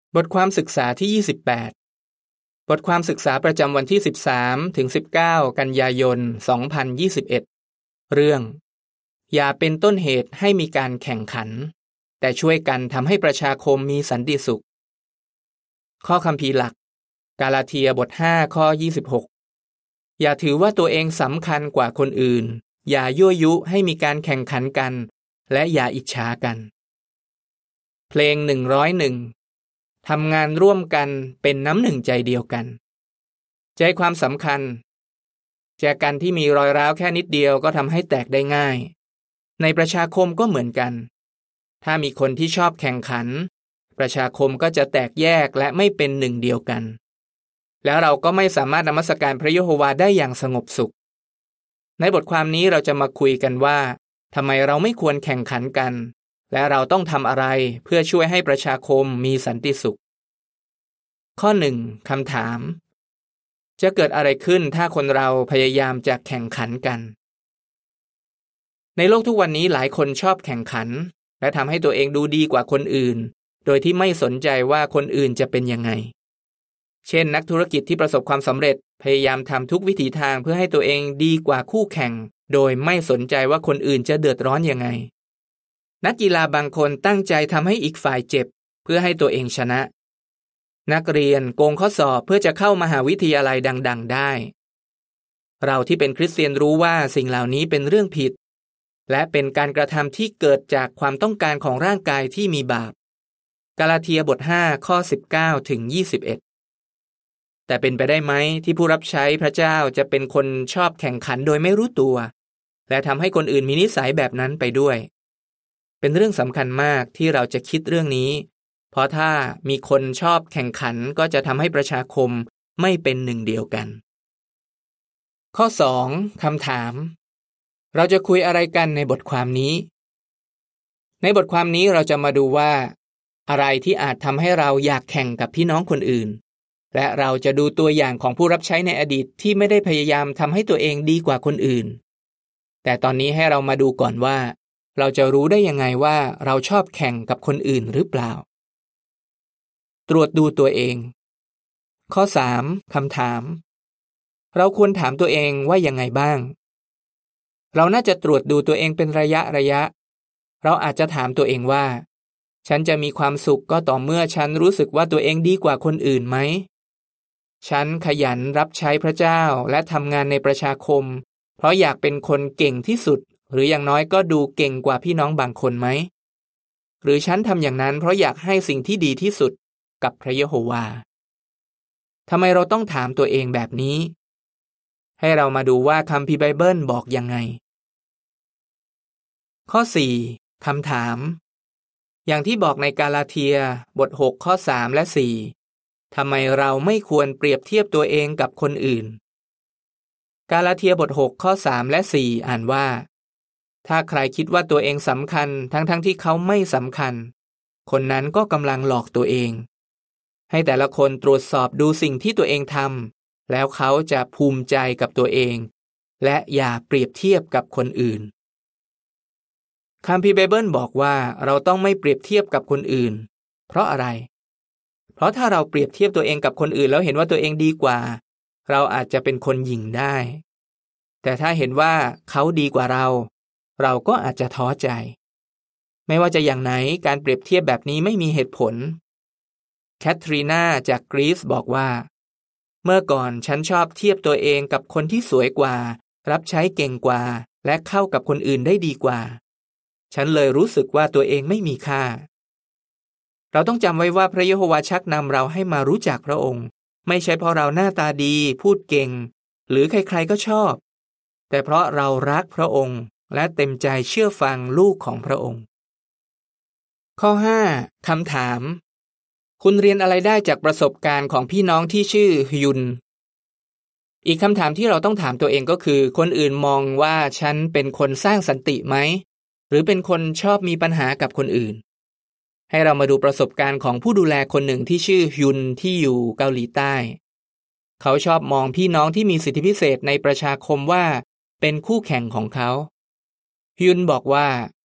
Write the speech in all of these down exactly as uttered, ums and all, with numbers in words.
บทความศึกษาที่ยี่สิบแปดบทความศึกษาประจำวันที่สิบสามถึงสิบเก้ากันยายนสองพันยี่สิบเอ็ดเรื่องอย่าเป็นต้นเหตุให้มีการแข่งขันแต่ช่วยกันทำให้ประชาคมมีสันติสุขข้อคัมภีร์หลักกาลาเทียบทห้าข้อยี่สิบหกอย่าถือว่าตัวเองสำคัญกว่าคนอื่นอย่ายั่วยุให้มีการแข่งขันกันและอย่าอิจฉากันเพลงหนึ่งร้อยเอ็ดทำงานร่วมกันเป็นน้ำหนึ่งใจเดียวกันใจความสำคัญแจกันที่มีรอยร้าวแค่นิดเดียวก็ทำให้แตกได้ง่ายในประชาคมก็เหมือนกันถ้ามีคนที่ชอบแข่งขันประชาคมก็จะแตกแยกและไม่เป็นหนึ่งเดียวกันแล้วเราก็ไม่สามารถนมัสการพระยะโฮวาได้อย่างสงบสุขในบทความนี้เราจะมาคุยกันว่าทำไมเราไม่ควรแข่งขันกันและเราต้องทำอะไรเพื่อช่วยให้ประชาคมมีสันติสุขข้อหนึ่งคำถามจะเกิดอะไรขึ้นถ้าคนเราพยายามจะแข่งขันกันในโลกทุกวันนี้หลายคนชอบแข่งขันและทำให้ตัวเองดูดีกว่าคนอื่นโดยที่ไม่สนใจว่าคนอื่นจะเป็นยังไงเช่นนักธุรกิจที่ประสบความสำเร็จพยายามทำทุกวิถีทางเพื่อให้ตัวเองดีกว่าคู่แข่งโดยไม่สนใจว่าคนอื่นจะเดือดร้อนยังไงนักกีฬาบางคนตั้งใจทำให้อีกฝ่ายเจ็บเพื่อให้ตัวเองชนะนักเรียนโกงข้อสอบเพื่อจะเข้ามหาวิทยาลัยดังๆได้เราที่เป็นคริสเตียนรู้ว่าสิ่งเหล่านี้เป็นเรื่องผิดและเป็นการกระทำที่เกิดจากความต้องการของร่างกายที่มีบาปกาลาเทียบทห้าข้อสิบเก้าถึงยี่สิบเอ็ดแต่เป็นไปได้ไหมที่ผู้รับใช้พระเจ้าจะเป็นคนชอบแข่งขันโดยไม่รู้ตัวและทำให้คนอื่นมีนิสัยแบบนั้นไปด้วยเป็นเรื่องสำคัญมากที่เราจะคิดเรื่องนี้เพราะถ้ามีคนชอบแข่งขันก็จะทำให้ประชาคมไม่เป็นหนึ่งเดียวกันข้อสองคำถามเราจะคุยอะไรกันในบทความนี้ในบทความนี้เราจะมาดูว่าอะไรที่อาจทำให้เราอยากแข่งกับพี่น้องคนอื่นและเราจะดูตัวอย่างของผู้รับใช้ในอดีตที่ไม่ได้พยายามทำให้ตัวเองดีกว่าคนอื่นแต่ตอนนี้ให้เรามาดูก่อนว่าเราจะรู้ได้ยังไงว่าเราชอบแข่งกับคนอื่นหรือเปล่าตรวจดูตัวเองข้อสามคำถามเราควรถามตัวเองว่ายังไงบ้างเราน่าจะตรวจดูตัวเองเป็นระยะระยะเราอาจจะถามตัวเองว่าฉันจะมีความสุขก็ต่อเมื่อฉันรู้สึกว่าตัวเองดีกว่าคนอื่นไหมฉันขยันรับใช้พระเจ้าและทำงานในประชาคมเพราะอยากเป็นคนเก่งที่สุดหรืออย่างน้อยก็ดูเก่งกว่าพี่น้องบางคนไหมหรือฉันทำอย่างนั้นเพราะอยากให้สิ่งที่ดีที่สุดกับพระยะโฮวาทำไมเราต้องถามตัวเองแบบนี้ให้เรามาดูว่าคัมภีร์ไบเบิลบอกยังไงข้อสี่คำถามอย่างที่บอกในกาลาเทียบทหกข้อสามและสี่ทำไมเราไม่ควรเปรียบเทียบตัวเองกับคนอื่นกาลาเทียบทหกข้อสามและสี่อ่านว่าถ้าใครคิดว่าตัวเองสำคัญทั้งๆ ท, ที่เขาไม่สำคัญคนนั้นก็กำลังหลอกตัวเองให้แต่ละคนตรวจสอบดูสิ่งที่ตัวเองทำแล้วเขาจะภูมิใจกับตัวเองและอย่าเปรียบเทียบกับคนอื่นคัมภีร์ไบเบิลบอกว่าเราต้องไม่เปรียบเทียบกับคนอื่นเพราะอะไรเพราะถ้าเราเปรียบเทียบตัวเองกับคนอื่นแล้วเห็นว่าตัวเองดีกว่าเราอาจจะเป็นคนหยิ่งได้แต่ถ้าเห็นว่าเขาดีกว่าเราเราก็อาจจะท้อใจไม่ว่าจะอย่างไหนการเปรียบเทียบแบบนี้ไม่มีเหตุผลแคทรีนาจากกรีซบอกว่าเมื่อก่อนฉันชอบเทียบตัวเองกับคนที่สวยกว่ารับใช้เก่งกว่าและเข้ากับคนอื่นได้ดีกว่าฉันเลยรู้สึกว่าตัวเองไม่มีค่าเราต้องจำไว้ว่าพระยะโฮวาชักนำเราให้มารู้จักพระองค์ไม่ใช่เพราะเราหน้าตาดีพูดเก่งหรือใครๆก็ชอบแต่เพราะเรารักพระองค์และเต็มใจเชื่อฟังลูกของพระองค์ข้อห้าคำถามคุณเรียนอะไรได้จากประสบการณ์ของพี่น้องที่ชื่อยุนอีกคำถามที่เราต้องถามตัวเองก็คือคนอื่นมองว่าฉันเป็นคนสร้างสันติไหมหรือเป็นคนชอบมีปัญหากับคนอื่นให้เรามาดูประสบการณ์ของผู้ดูแลคนหนึ่งที่ชื่อยุนที่อยู่เกาหลีใต้เขาชอบมองพี่น้องที่มีสิทธิพิเศษในประชาคมว่าเป็นคู่แข่งของเขายุนบอกว่า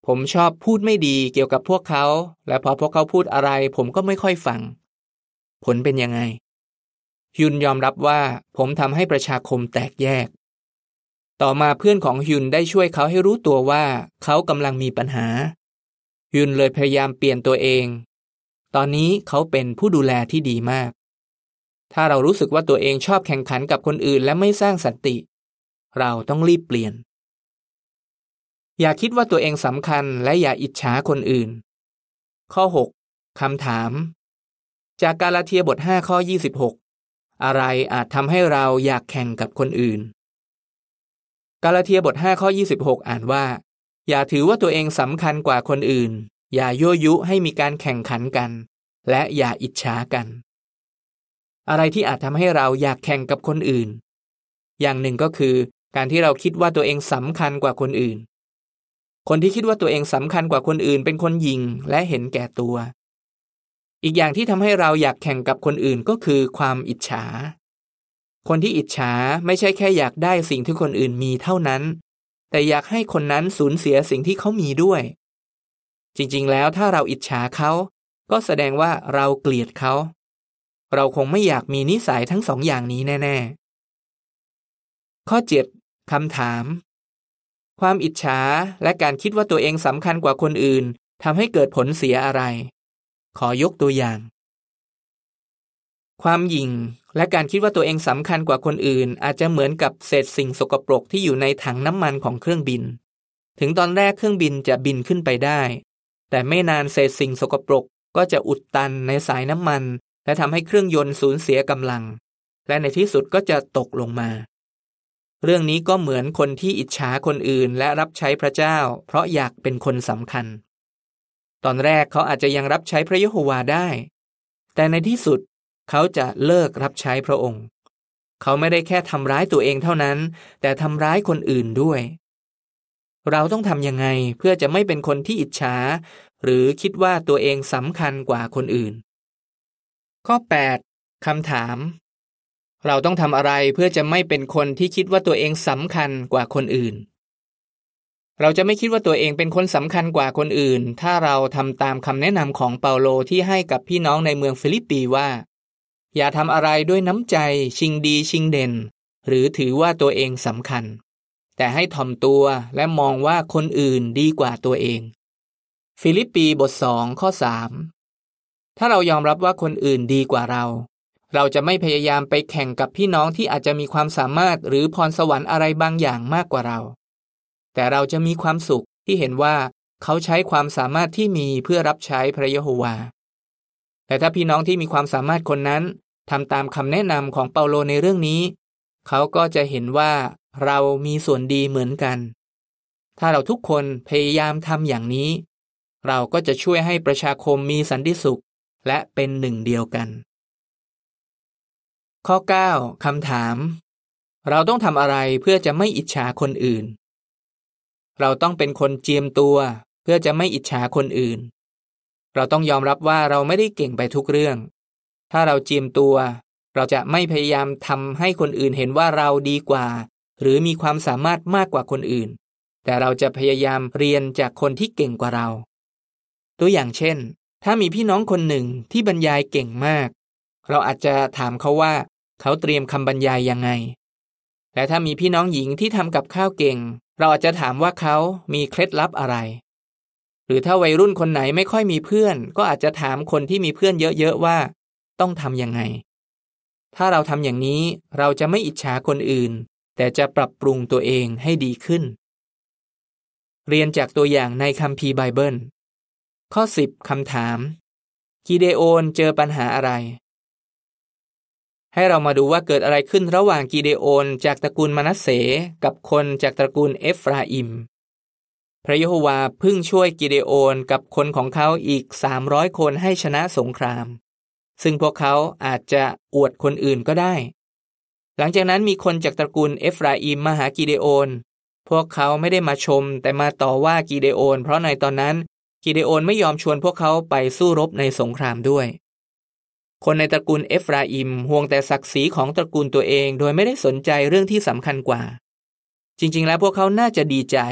ผมชอบพูดไม่ดีเกี่ยวกับพวกเขาและพอพวกเขาพูดอะไรผมก็ไม่ค่อยฟังผลเป็นยังไงฮยุนยอมรับว่าผมทำให้ประชาคมแตกแยกต่อมาเพื่อนของฮยุนได้ช่วยเขาให้รู้ตัวว่าเขากำลังมีปัญหาฮยุนเลยพยายามเปลี่ยนตัวเองตอนนี้เขาเป็นผู้ดูแลที่ดีมากถ้าเรารู้สึกว่าตัวเองชอบแข่งขันกับคนอื่นและไม่สร้างสันติเราต้องรีบเปลี่ยนอย่าคิดว่าตัวเองสำคัญและอย่าอิจฉาคนอื่นข้อหกคำถามจากกาลาเทียบทห้าข้อยี่สิบหกอะไรอาจทำให้เราอยากแข่งกับคนอื่นกาลาเทียบทห้าข้อยี่สิบหกอ่านว่าอย่าถือว่าตัวเองสำคัญกว่าคนอื่นอย่ายั่วยุให้มีการแข่งขันกันและอย่าอิจฉากันอะไรที่อาจทำให้เราอยากแข่งกับคนอื่นอย่างหนึ่งก็คือการที่เราคิดว่าตัวเองสำคัญกว่าคนอื่นคนที่คิดว่าตัวเองสำคัญกว่าคนอื่นเป็นคนหยิ่งและเห็นแก่ตัวอีกอย่างที่ทำให้เราอยากแข่งกับคนอื่นก็คือความอิจฉาคนที่อิจฉาไม่ใช่แค่อยากได้สิ่งที่คนอื่นมีเท่านั้นแต่อยากให้คนนั้นสูญเสียสิ่งที่เขามีด้วยจริงๆแล้วถ้าเราอิจฉาเขาก็แสดงว่าเราเกลียดเขาเราคงไม่อยากมีนิสัยทั้งสองอย่างนี้แน่ๆข้อเจ็ดคำถามความอิจฉาและการคิดว่าตัวเองสำคัญกว่าคนอื่นทำให้เกิดผลเสียอะไรขอยกตัวอย่างความหยิ่งและการคิดว่าตัวเองสำคัญกว่าคนอื่นอาจจะเหมือนกับเศษสิ่งสกปรกที่อยู่ในถังน้ำมันของเครื่องบินถึงตอนแรกเครื่องบินจะบินขึ้นไปได้แต่ไม่นานเศษสิ่งสกปรกก็จะอุดตันในสายน้ำมันและทำให้เครื่องยนต์สูญเสียกำลังและในที่สุดก็จะตกลงมาเรื่องนี้ก็เหมือนคนที่อิจฉาคนอื่นและรับใช้พระเจ้าเพราะอยากเป็นคนสำคัญตอนแรกเขาอาจจะยังรับใช้พระยะโฮวาได้แต่ในที่สุดเขาจะเลิกรับใช้พระองค์เขาไม่ได้แค่ทำร้ายตัวเองเท่านั้นแต่ทำร้ายคนอื่นด้วยเราต้องทำยังไงเพื่อจะไม่เป็นคนที่อิจฉาหรือคิดว่าตัวเองสำคัญกว่าคนอื่นข้อแปดคำถามเราต้องทำอะไรเพื่อจะไม่เป็นคนที่คิดว่าตัวเองสำคัญกว่าคนอื่นเราจะไม่คิดว่าตัวเองเป็นคนสำคัญกว่าคนอื่นถ้าเราทำตามคำแนะนำของเปาโลที่ให้กับพี่น้องในเมืองฟิลิปปีว่าอย่าทำอะไรด้วยน้ำใจชิงดีชิงเด่นหรือถือว่าตัวเองสำคัญแต่ให้ถ่อมตัวและมองว่าคนอื่นดีกว่าตัวเองฟิลิปปีบทสองข้อสามถ้าเรายอมรับว่าคนอื่นดีกว่าเราเราจะไม่พยายามไปแข่งกับพี่น้องที่อาจจะมีความสามารถหรือพรสวรรค์อะไรบางอย่างมากกว่าเราแต่เราจะมีความสุขที่เห็นว่าเขาใช้ความสามารถที่มีเพื่อรับใช้พระยะโฮวาแต่ถ้าพี่น้องที่มีความสามารถคนนั้นทำตามคำแนะนำของเปาโลในเรื่องนี้เขาก็จะเห็นว่าเรามีส่วนดีเหมือนกันถ้าเราทุกคนพยายามทำอย่างนี้เราก็จะช่วยให้ประชาคมมีสันติสุขและเป็นหนึ่งเดียวกันข้อเก้าคำถามเราต้องทำอะไรเพื่อจะไม่อิจฉาคนอื่นเราต้องเป็นคนเจียมตัวเพื่อจะไม่อิจฉาคนอื่นเราต้องยอมรับว่าเราไม่ได้เก่งไปทุกเรื่องถ้าเราเจียมตัวเราจะไม่พยายามทำให้คนอื่นเห็นว่าเราดีกว่าหรือมีความสามารถมากกว่าคนอื่นแต่เราจะพยายามเรียนจากคนที่เก่งกว่าเราตัวอย่างเช่นถ้ามีพี่น้องคนหนึ่งที่บรรยายเก่งมากเราอาจจะถามเขาว่าเขาเตรียมคำบรรยายยังไงและถ้ามีพี่น้องหญิงที่ทำกับข้าวเก่งเราอาจจะถามว่าเขามีเคล็ดลับอะไรหรือถ้าวัยรุ่นคนไหนไม่ค่อยมีเพื่อนก็อาจจะถามคนที่มีเพื่อนเยอะๆว่าต้องทำยังไงถ้าเราทำอย่างนี้เราจะไม่อิจฉาคนอื่นแต่จะปรับปรุงตัวเองให้ดีขึ้นเรียนจากตัวอย่างในคัมภีร์ไบเบิลข้อสิบคำถามกิเดโอนเจอปัญหาอะไรให้เรามาดูว่าเกิดอะไรขึ้นระหว่างกิเดโอนจากตระกูลมนัสเสกับคนจากตระกูลเอฟราอิมพระยะโฮวาพึ่งช่วยกิเดโอนกับคนของเขาอีกสามร้อยคนให้ชนะสงครามซึ่งพวกเขาอาจจะอวดคนอื่นก็ได้หลังจากนั้นมีคนจากตระกูลเอฟราอิมมาหากิเดโอนพวกเขาไม่ได้มาชมแต่มาต่อว่ากิเดโอนเพราะในตอนนั้นกิเดโอนไม่ยอมชวนพวกเขาไปสู้รบในสงครามด้วยคนในตระกูลเอฟราอิมห่วงแต่ศักดิ์ศรีของตระกูลตัวเองโดยไม่ได้สนใจเรื่องที่สำคัญกว่าจริงๆแล้วพวกเขาน่าจะดีใจ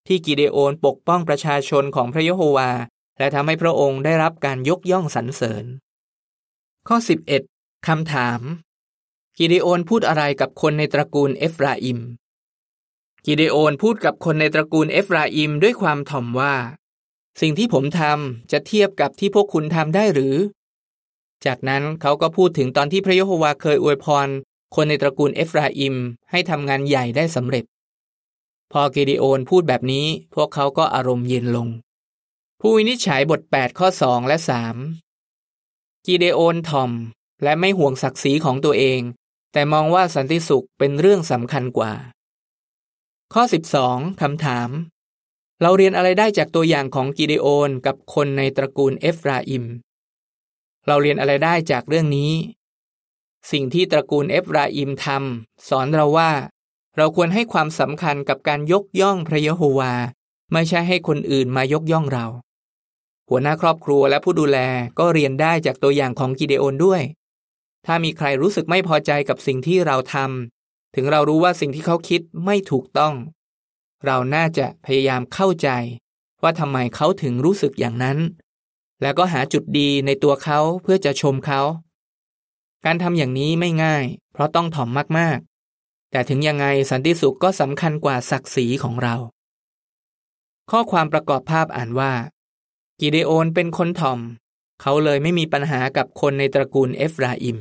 ที่กิเดโอนปกป้องประชาชนของพระยะโฮวาและทำให้พระองค์ได้รับการยกย่องสรรเสริญข้อสิบเอ็ดคำถามกิเดโอนพูดอะไรกับคนในตระกูลเอฟราอิมกิเดโอนพูดกับคนในตระกูลเอฟราอิมด้วยความถ่อมว่าสิ่งที่ผมทำจะเทียบกับที่พวกคุณทำได้หรือจากนั้นเขาก็พูดถึงตอนที่พระยะโฮวาเคยอวยพรคนในตระกูลเอฟราอิมให้ทำงานใหญ่ได้สำเร็จพอกิเดโอนพูดแบบนี้พวกเขาก็อารมณ์เย็นลงผู้วินิจฉัยบทแปดข้อสองและสามกิเดโอนถ่อมและไม่ห่วงศักดิ์ศรีของตัวเองแต่มองว่าสันติสุขเป็นเรื่องสำคัญกว่าข้อสิบสองคำถามเราเรียนอะไรได้จากตัวอย่างของกิเดโอนกับคนในตระกูลเอฟราอิมเราเรียนอะไรได้จากเรื่องนี้สิ่งที่ตระกูลเอฟราอิมทำสอนเราว่าเราควรให้ความสำคัญกับการยกย่องพระยะโฮวาไม่ใช่ให้คนอื่นมายกย่องเราหัวหน้าครอบครัวและผู้ดูแลก็เรียนได้จากตัวอย่างของกิเดโอนด้วยถ้ามีใครรู้สึกไม่พอใจกับสิ่งที่เราทำถึงเรารู้ว่าสิ่งที่เขาคิดไม่ถูกต้องเราน่าจะพยายามเข้าใจว่าทำไมเขาถึงรู้สึกอย่างนั้นแล้วก็หาจุดดีในตัวเขาเพื่อจะชมเขาการทำอย่างนี้ไม่ง่ายเพราะต้องถ่อมมากๆแต่ถึงยังไงสันติสุขก็สำคัญกว่าศักดิ์ศรีของเราข้อความประกอบภาพอ่านว่ากิเดโอนเป็นคนถ่อมเขาเลยไม่มีปัญหากับคนในตระกูลเอฟราอิม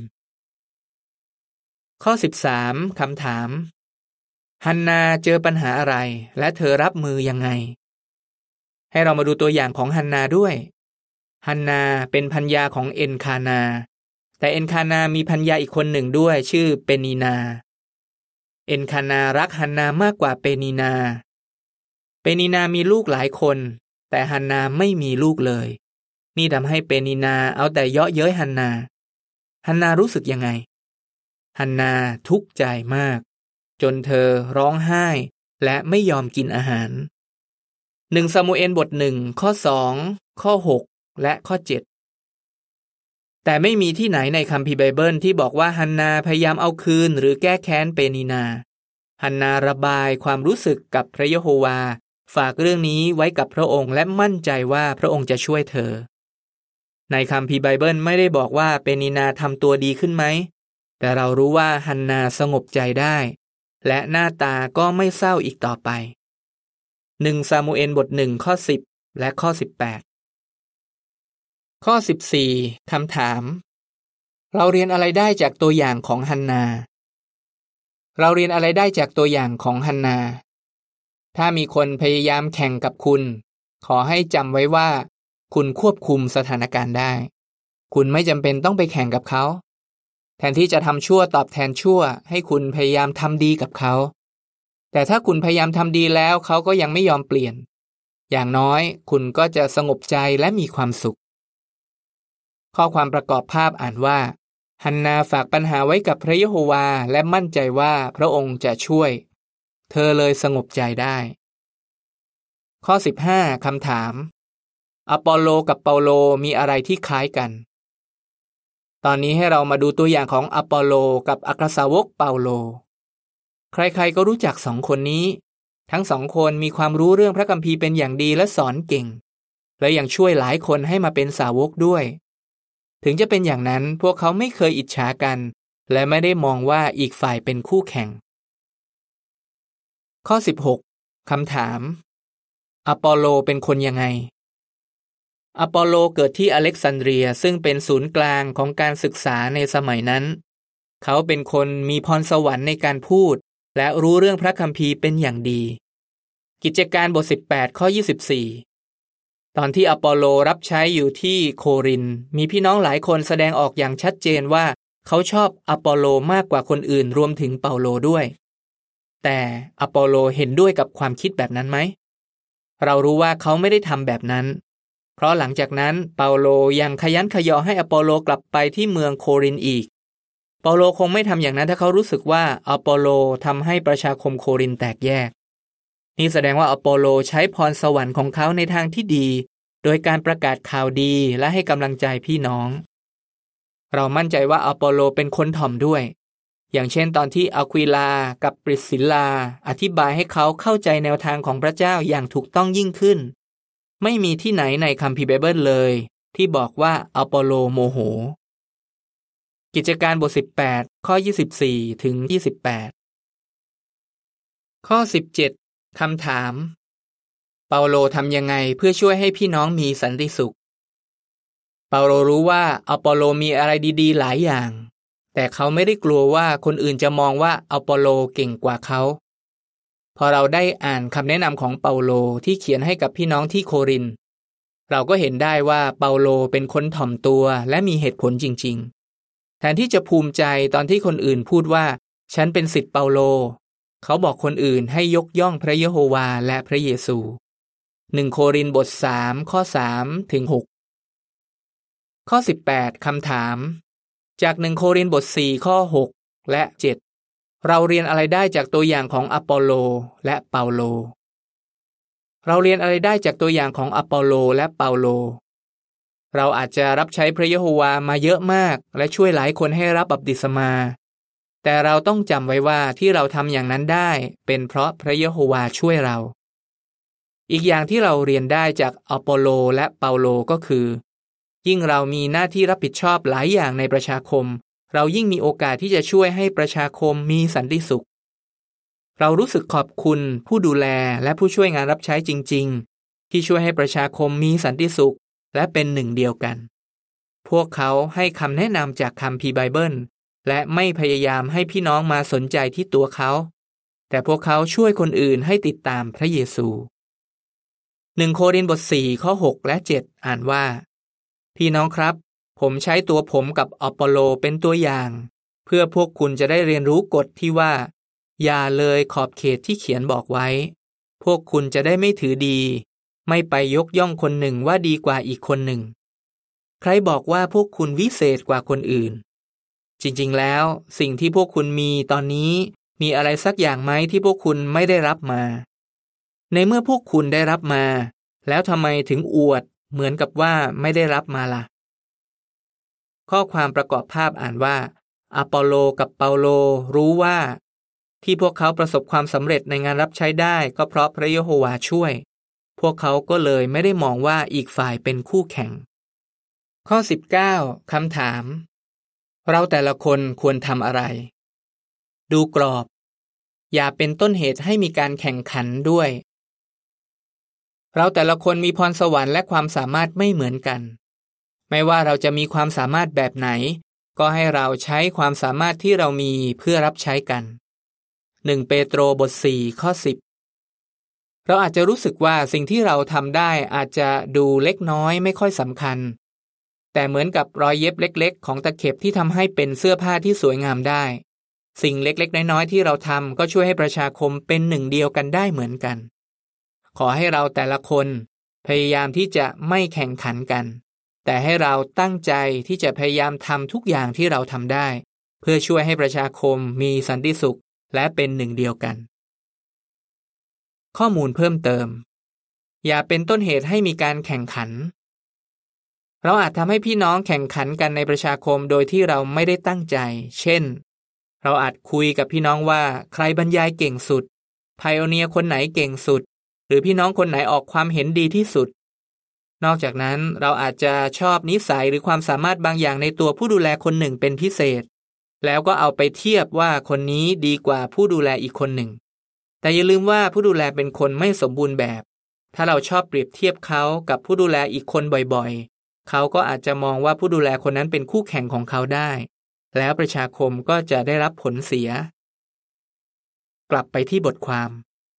ข้อสิบสามคำถามฮันนาเจอปัญหาอะไรและเธอรับมือยังไงให้เรามาดูตัวอย่างของฮันนาด้วยฮันนาเป็นภรรยาของเอ็นคานาแต่เอ็นคานามีภรรยาอีกคนหนึ่งด้วยชื่อเปนีนาเอ็นคานารักฮันนามากกว่าเปนีนาเปนีนามีลูกหลายคนแต่ฮันนาไม่มีลูกเลยนี่ทำให้เปนีนาเอาแต่เยาะเย้ยฮันนาฮันนารู้สึกยังไงฮันนาทุกข์ใจมากจนเธอร้องไห้และไม่ยอมกินอาหารหนึ่งซามูเอลบทหนึ่งข้อสองข้อหกและข้อเจ็ดแต่ไม่มีที่ไหนในคัมภีร์ไบเบิลที่บอกว่าฮันนาพยายามเอาคืนหรือแก้แค้นเปนีนาฮันนาระบายความรู้สึกกับพระยะโฮวาฝากเรื่องนี้ไว้กับพระองค์และมั่นใจว่าพระองค์จะช่วยเธอในคัมภีร์ไบเบิลไม่ได้บอกว่าเปนีนาทำตัวดีขึ้นไหมแต่เรารู้ว่าฮันนาสงบใจได้และหน้าตาก็ไม่เศร้าอีกต่อไปหนึ่งซามูเอลบทหนึ่งข้อสิบและข้อสิบแปดข้อสิบสี่คำถามเราเรียนอะไรได้จากตัวอย่างของฮันนาเราเรียนอะไรได้จากตัวอย่างของฮันนาถ้ามีคนพยายามแข่งกับคุณขอให้จำไว้ว่าคุณควบคุมสถานการณ์ได้คุณไม่จำเป็นต้องไปแข่งกับเขาแทนที่จะทำชั่วตอบแทนชั่วให้คุณพยายามทำดีกับเขาแต่ถ้าคุณพยายามทำดีแล้วเขาก็ยังไม่ยอมเปลี่ยนอย่างน้อยคุณก็จะสงบใจและมีความสุขข้อความประกอบภาพอ่านว่าฮันนาฝากปัญหาไว้กับพระยะโฮวาและมั่นใจว่าพระองค์จะช่วยเธอเลยสงบใจได้ข้อสิบห้าคำถามอปอลโลกับเปาโลมีอะไรที่คล้ายกันตอนนี้ให้เรามาดูตัวอย่างของอปอลโลกับอัครสาวกเปาโลใครๆก็รู้จักสองคนนี้ทั้งสองคนมีความรู้เรื่องพระคัมภีร์เป็นอย่างดีและสอนเก่งและยังช่วยหลายคนให้มาเป็นสาวกด้วยถึงจะเป็นอย่างนั้นพวกเขาไม่เคยอิจฉากันและไม่ได้มองว่าอีกฝ่ายเป็นคู่แข่งข้อสิบหกคำถามอปอลโลเป็นคนยังไงอปอลโลเกิดที่อเล็กซานเดรียซึ่งเป็นศูนย์กลางของการศึกษาในสมัยนั้นเขาเป็นคนมีพรสวรรค์ในการพูดและรู้เรื่องพระคัมภีร์เป็นอย่างดีกิจการบทสิบแปดข้อยี่สิบสี่ตอนที่อปอลโลรับใช้อยู่ที่โครินธ์มีพี่น้องหลายคนแสดงออกอย่างชัดเจนว่าเขาชอบอปอลโลมากกว่าคนอื่นรวมถึงเปาโลด้วยแต่อปอลโลเห็นด้วยกับความคิดแบบนั้นไหมเรารู้ว่าเขาไม่ได้ทำแบบนั้นเพราะหลังจากนั้นเปาโลยังขยันขยอให้อปอลโลกลับไปที่เมืองโครินธ์อีกเปาโลคงไม่ทำอย่างนั้นถ้าเขารู้สึกว่าอปอลโลทำให้ประชาคมโครินธ์แตกแยกนี่แสดงว่าอปอลโลใช้พรสวรรค์ของเขาในทางที่ดีโดยการประกาศข่าวดีและให้กำลังใจพี่น้องเรามั่นใจว่าอปอลโลเป็นคนถ่อมด้วยอย่างเช่นตอนที่อัควิลากับปริสซิลลาอธิบายให้เขาเข้าใจแนวทางของพระเจ้าอย่างถูกต้องยิ่งขึ้นไม่มีที่ไหนในคัมภีร์ไบเบิลเลยที่บอกว่าอปอลโลโมโหกิจการบทสิบแปดข้อยี่สิบสี่ถึงยี่สิบแปดข้อสิบเจ็ดคำถามเปาโลทำยังไงเพื่อช่วยให้พี่น้องมีสันติสุขเปาโลรู้ว่าอปอลโลมีอะไรดีๆหลายอย่างแต่เขาไม่ได้กลัวว่าคนอื่นจะมองว่าอปอลโลเก่งกว่าเขาพอเราได้อ่านคำแนะนำของเปาโลที่เขียนให้กับพี่น้องที่โครินธ์เราก็เห็นได้ว่าเปาโลเป็นคนถ่อมตัวและมีเหตุผลจริงๆแทนที่จะภูมิใจตอนที่คนอื่นพูดว่าฉันเป็นศิษย์เปาโลเขาบอกคนอื่นให้ยกย่องพระเยโฮวาและพระเยซูหนึ่งโครินธ์บทสามข้อสามถึงหกข้อสิบแปดคำถามจากหนึ่งโครินธ์บทสี่ข้อหกและเจ็ดเราเรียนอะไรได้จากตัวอย่างของอปอลโลและเปาโลเราเรียนอะไรได้จากตัวอย่างของอปอลโลและเปาโลเราอาจจะรับใช้พระเยโฮวามาเยอะมากและช่วยหลายคนให้รับบัพติศมาแต่เราต้องจำไว้ว่าที่เราทำอย่างนั้นได้เป็นเพราะพระเยโฮวาช่วยเราอีกอย่างที่เราเรียนได้จากอปอลโลและเปาโลก็คือยิ่งเรามีหน้าที่รับผิดชอบหลายอย่างในประชาคมเรายิ่งมีโอกาสที่จะช่วยให้ประชาคมมีสันติสุขเรารู้สึกขอบคุณผู้ดูแลและผู้ช่วยงานรับใช้จริงๆที่ช่วยให้ประชาคมมีสันติสุขและเป็นหนึ่งเดียวกันพวกเขาให้คำแนะนำจากคัมภีร์ไบเบิลและไม่พยายามให้พี่น้องมาสนใจที่ตัวเขาแต่พวกเขาช่วยคนอื่นให้ติดตามพระเยซูหนึ่งโครินธ์บทสี่ข้อหกและเจ็ดอ่านว่าพี่น้องครับผมใช้ตัวผมกับอปอลโลเป็นตัวอย่างเพื่อพวกคุณจะได้เรียนรู้กฎที่ว่าอย่าเลยขอบเขตที่เขียนบอกไว้พวกคุณจะได้ไม่ถือดีไม่ไปยกย่องคนหนึ่งว่าดีกว่าอีกคนหนึ่งใครบอกว่าพวกคุณวิเศษกว่าคนอื่นจริงๆแล้วสิ่งที่พวกคุณมีตอนนี้มีอะไรสักอย่างไหมที่พวกคุณไม่ได้รับมาในเมื่อพวกคุณได้รับมาแล้วทำไมถึงอวดเหมือนกับว่าไม่ได้รับมาล่ะข้อความประกอบภาพอ่านว่าอปอลโลกับเปาโลรู้ว่าที่พวกเขาประสบความสำเร็จในงานรับใช้ได้ก็เพราะพระเยโฮวาช่วยพวกเขาก็เลยไม่ได้มองว่าอีกฝ่ายเป็นคู่แข่งข้อสิบเก้าคำถามเราแต่ละคนควรทำอะไรดูกรอบอย่าเป็นต้นเหตุให้มีการแข่งขันด้วยเราแต่ละคนมีพรสวรรค์และความสามารถไม่เหมือนกันไม่ว่าเราจะมีความสามารถแบบไหนก็ให้เราใช้ความสามารถที่เรามีเพื่อรับใช้กันหนึ่งเปโตรบทสี่ข้อสิบเราอาจจะรู้สึกว่าสิ่งที่เราทำได้อาจจะดูเล็กน้อยไม่ค่อยสำคัญแต่เหมือนกับรอยเย็บเล็กๆของตะเข็บที่ทำให้เป็นเสื้อผ้าที่สวยงามได้สิ่งเล็กๆน้อยๆที่เราทำก็ช่วยให้ประชาคมเป็นหนึ่งเดียวกันได้เหมือนกันขอให้เราแต่ละคนพยายามที่จะไม่แข่งขันกันแต่ให้เราตั้งใจที่จะพยายามทำทุกอย่างที่เราทำได้เพื่อช่วยให้ประชาคมมีสันติสุขและเป็นหนึ่งเดียวกันข้อมูลเพิ่มเติมอย่าเป็นต้นเหตุให้มีการแข่งขันเราอาจทำให้พี่น้องแข่งขันกันในประชาคมโดยที่เราไม่ได้ตั้งใจเช่นเราอาจคุยกับพี่น้องว่าใครบรรยายเก่งสุดไพโอเนียร์คนไหนเก่งสุดหรือพี่น้องคนไหนออกความเห็นดีที่สุดนอกจากนั้นเราอาจจะชอบนิสัยหรือความสามารถบางอย่างในตัวผู้ดูแลคนหนึ่งเป็นพิเศษแล้วก็เอาไปเทียบว่าคนนี้ดีกว่าผู้ดูแลอีกคนหนึ่งแต่อย่าลืมว่าผู้ดูแลเป็นคนไม่สมบูรณ์แบบถ้าเราชอบเปรียบเทียบเขากับผู้ดูแลอีกคนบ่อยๆเขาก็อาจจะมองว่าผู้ดูแลคนนั้นเป็นคู่แข่งของเขาได้แล้วประชาคมก็จะได้รับผลเสียกลับไปที่บทความ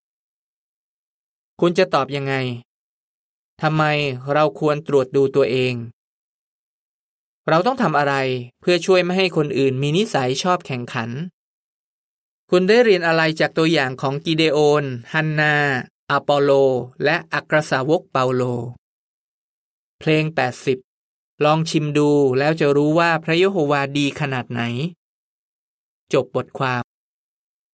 คุณจะตอบยังไงทำไมเราควรตรวจดูตัวเองเราต้องทำอะไรเพื่อช่วยไม่ให้คนอื่นมีนิสัยชอบแข่งขันคุณได้เรียนอะไรจากตัวอย่างของกิเดโอนฮันนาอปอลโลและอัครสาวกเปาโลเพลงแปดสิบลองชิมดูแล้วจะรู้ว่าพระยะโฮวาดีขนาดไหนจบบทความ